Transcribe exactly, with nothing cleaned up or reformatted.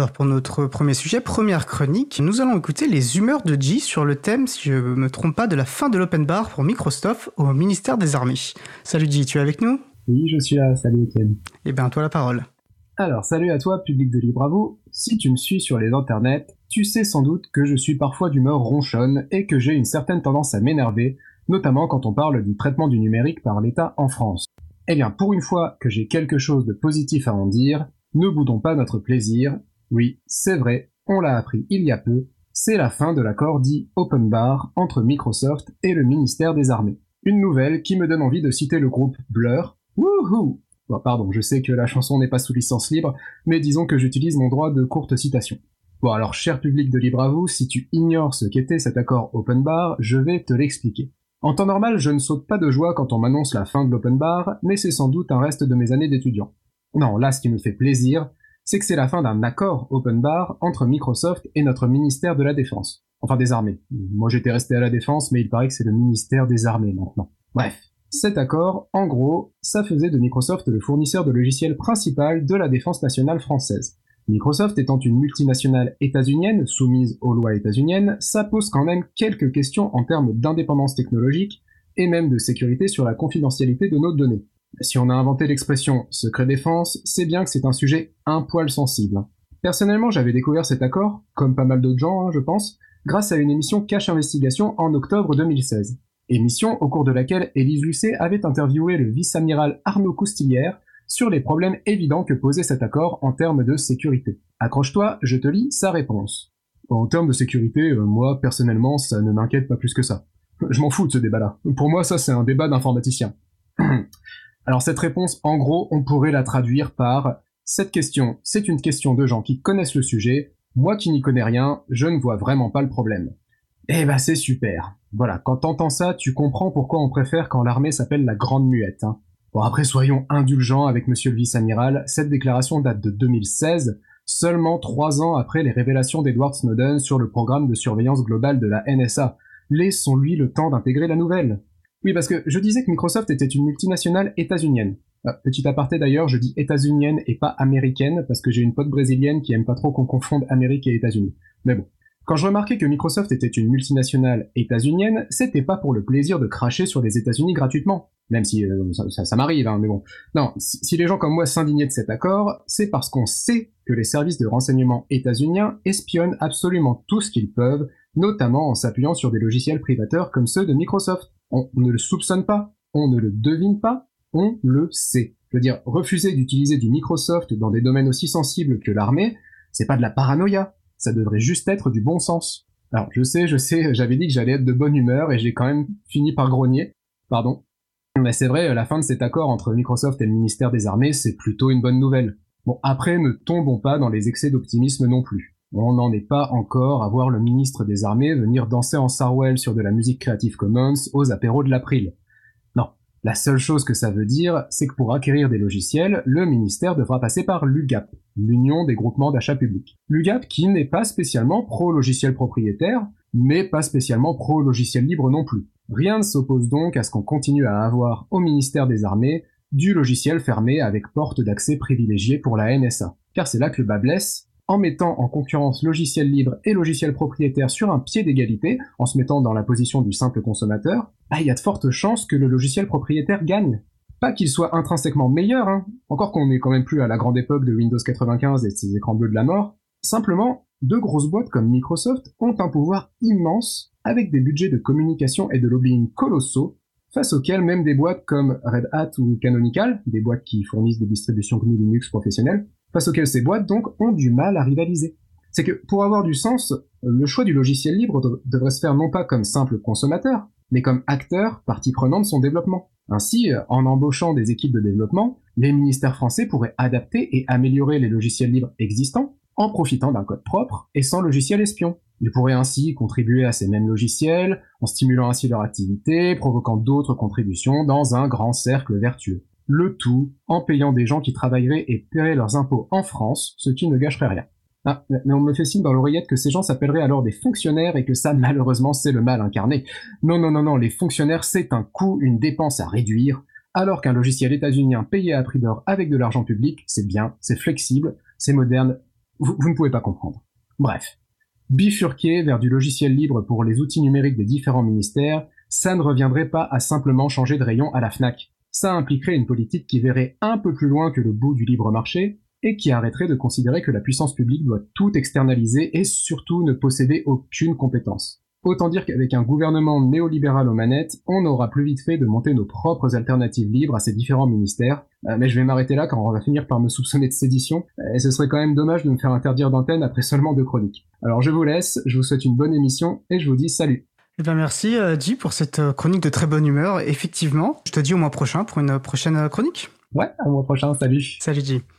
Alors pour notre premier sujet, première chronique, nous allons écouter les humeurs de G sur le thème, si je ne me trompe pas, de la fin de l'open bar pour Microsoft au ministère des Armées. Salut G, tu es avec nous ? Oui, je suis là, salut Étienne. Eh bien, toi la parole. Alors, salut à toi, public de Libre Bravo. Si tu me suis sur les internets, tu sais sans doute que je suis parfois d'humeur ronchonne et que j'ai une certaine tendance à m'énerver, notamment quand on parle du traitement du numérique par l'État en France. Eh bien, pour une fois que j'ai quelque chose de positif à en dire, ne boudons pas notre plaisir. Oui, c'est vrai, on l'a appris il y a peu, c'est la fin de l'accord dit Open Bar entre Microsoft et le ministère des Armées. Une nouvelle qui me donne envie de citer le groupe Blur. Wouhou! Bon, pardon, je sais que la chanson n'est pas sous licence libre, mais disons que j'utilise mon droit de courte citation. Bon alors, cher public de Libre à vous, si tu ignores ce qu'était cet accord Open Bar, je vais te l'expliquer. En temps normal, je ne saute pas de joie quand on m'annonce la fin de l'Open Bar, mais c'est sans doute un reste de mes années d'étudiant. Non, là, ce qui me fait plaisir, c'est que c'est la fin d'un accord Open Bar entre Microsoft et notre ministère de la Défense. Enfin, des Armées. Moi, j'étais resté à la Défense, mais il paraît que c'est le ministère des Armées maintenant. Bref. Cet accord, en gros, ça faisait de Microsoft le fournisseur de logiciels principal de la défense nationale française. Microsoft étant une multinationale états-unienne, soumise aux lois états-uniennes, ça pose quand même quelques questions en termes d'indépendance technologique et même de sécurité sur la confidentialité de nos données. Si on a inventé l'expression « secret défense », c'est bien que c'est un sujet un poil sensible. Personnellement, j'avais découvert cet accord, comme pas mal d'autres gens, hein, je pense, grâce à une émission Cache Investigation en octobre deux mille seize. Émission au cours de laquelle Élise Lucet avait interviewé le vice-amiral Arnaud Coustillière sur les problèmes évidents que posait cet accord en termes de sécurité. Accroche-toi, je te lis sa réponse. En termes de sécurité, euh, moi, personnellement, ça ne m'inquiète pas plus que ça. Je m'en fous de ce débat-là. Pour moi, ça, c'est un débat d'informaticien. Alors cette réponse, en gros, on pourrait la traduire par « Cette question, c'est une question de gens qui connaissent le sujet. Moi qui n'y connais rien, je ne vois vraiment pas le problème. » Eh bah c'est super. Voilà, quand t'entends ça, tu comprends pourquoi on préfère quand l'armée s'appelle la Grande Muette. Hein. Bon après, soyons indulgents avec monsieur le vice-amiral, cette déclaration date de deux mille seize, seulement trois ans après les révélations d'Edward Snowden sur le programme de surveillance globale de la N S A. Laissons-lui le temps d'intégrer la nouvelle. Oui, parce que je disais que Microsoft était une multinationale états-unienne. Ah, petit aparté d'ailleurs, je dis états-unienne et pas américaine, parce que j'ai une pote brésilienne qui aime pas trop qu'on confonde Amérique et États-Unis. Mais bon. Quand je remarquais que Microsoft était une multinationale états-unienne, c'était pas pour le plaisir de cracher sur les États-Unis gratuitement. Même si euh, ça, ça, ça m'arrive, hein, mais bon. Non, si, si les gens comme moi s'indignaient de cet accord, c'est parce qu'on sait que les services de renseignement états-uniens espionnent absolument tout ce qu'ils peuvent, notamment en s'appuyant sur des logiciels privateurs comme ceux de Microsoft. On ne le soupçonne pas, on ne le devine pas, on le sait. Je veux dire, refuser d'utiliser du Microsoft dans des domaines aussi sensibles que l'armée, c'est pas de la paranoïa. Ça devrait juste être du bon sens. Alors, je sais, je sais, j'avais dit que j'allais être de bonne humeur et j'ai quand même fini par grogner. Pardon. Mais c'est vrai, la fin de cet accord entre Microsoft et le ministère des Armées, c'est plutôt une bonne nouvelle. Bon, après, ne tombons pas dans les excès d'optimisme non plus. On n'en est pas encore à voir le ministre des Armées venir danser en Sarwell sur de la musique Creative Commons aux apéros de l'April. Non. La seule chose que ça veut dire, c'est que pour acquérir des logiciels, le ministère devra passer par l'U G A P, l'Union des groupements d'achat public. L'U G A P qui n'est pas spécialement pro-logiciel propriétaire, mais pas spécialement pro-logiciel libre non plus. Rien ne s'oppose donc à ce qu'on continue à avoir au ministère des Armées du logiciel fermé avec porte d'accès privilégiée pour la N S A. Car c'est là que le bas blesse. En mettant en concurrence logiciel libre et logiciel propriétaire sur un pied d'égalité, en se mettant dans la position du simple consommateur, bah il y a de fortes chances que le logiciel propriétaire gagne. Pas qu'il soit intrinsèquement meilleur, hein, encore qu'on n'est quand même plus à la grande époque de Windows quatre-vingt-quinze et de ses écrans bleus de la mort. Simplement, deux grosses boîtes comme Microsoft ont un pouvoir immense, avec des budgets de communication et de lobbying colossaux, face auxquels même des boîtes comme Red Hat ou Canonical, des boîtes qui fournissent des distributions G N U Linux professionnelles, face auxquelles ces boîtes, donc, ont du mal à rivaliser. C'est que, pour avoir du sens, le choix du logiciel libre de- devrait se faire non pas comme simple consommateur, mais comme acteur, partie prenante de son développement. Ainsi, en embauchant des équipes de développement, les ministères français pourraient adapter et améliorer les logiciels libres existants, en profitant d'un code propre et sans logiciel espion. Ils pourraient ainsi contribuer à ces mêmes logiciels, en stimulant ainsi leur activité, provoquant d'autres contributions dans un grand cercle vertueux. Le tout en payant des gens qui travailleraient et paieraient leurs impôts en France, ce qui ne gâcherait rien. Ah, mais on me fait signe dans l'oreillette que ces gens s'appelleraient alors des fonctionnaires et que ça, malheureusement, c'est le mal incarné. Non, non, non, non, les fonctionnaires, c'est un coût, une dépense à réduire, alors qu'un logiciel états-unien payé à prix d'or avec de l'argent public, c'est bien, c'est flexible, c'est moderne, vous, vous ne pouvez pas comprendre. Bref, bifurquer vers du logiciel libre pour les outils numériques des différents ministères, ça ne reviendrait pas à simplement changer de rayon à la Fnac. Ça impliquerait une politique qui verrait un peu plus loin que le bout du libre marché et qui arrêterait de considérer que la puissance publique doit tout externaliser et surtout ne posséder aucune compétence. Autant dire qu'avec un gouvernement néolibéral aux manettes, on aura plus vite fait de monter nos propres alternatives libres à ces différents ministères. Euh, mais je vais m'arrêter là car on va finir par me soupçonner de sédition, et ce serait quand même dommage de me faire interdire d'antenne après seulement deux chroniques. Alors je vous laisse, je vous souhaite une bonne émission et je vous dis salut. Eh bien merci euh, J pour cette euh, chronique de très bonne humeur. Effectivement, je te dis au mois prochain pour une prochaine euh, chronique. Ouais, au mois prochain, salut. Salut J.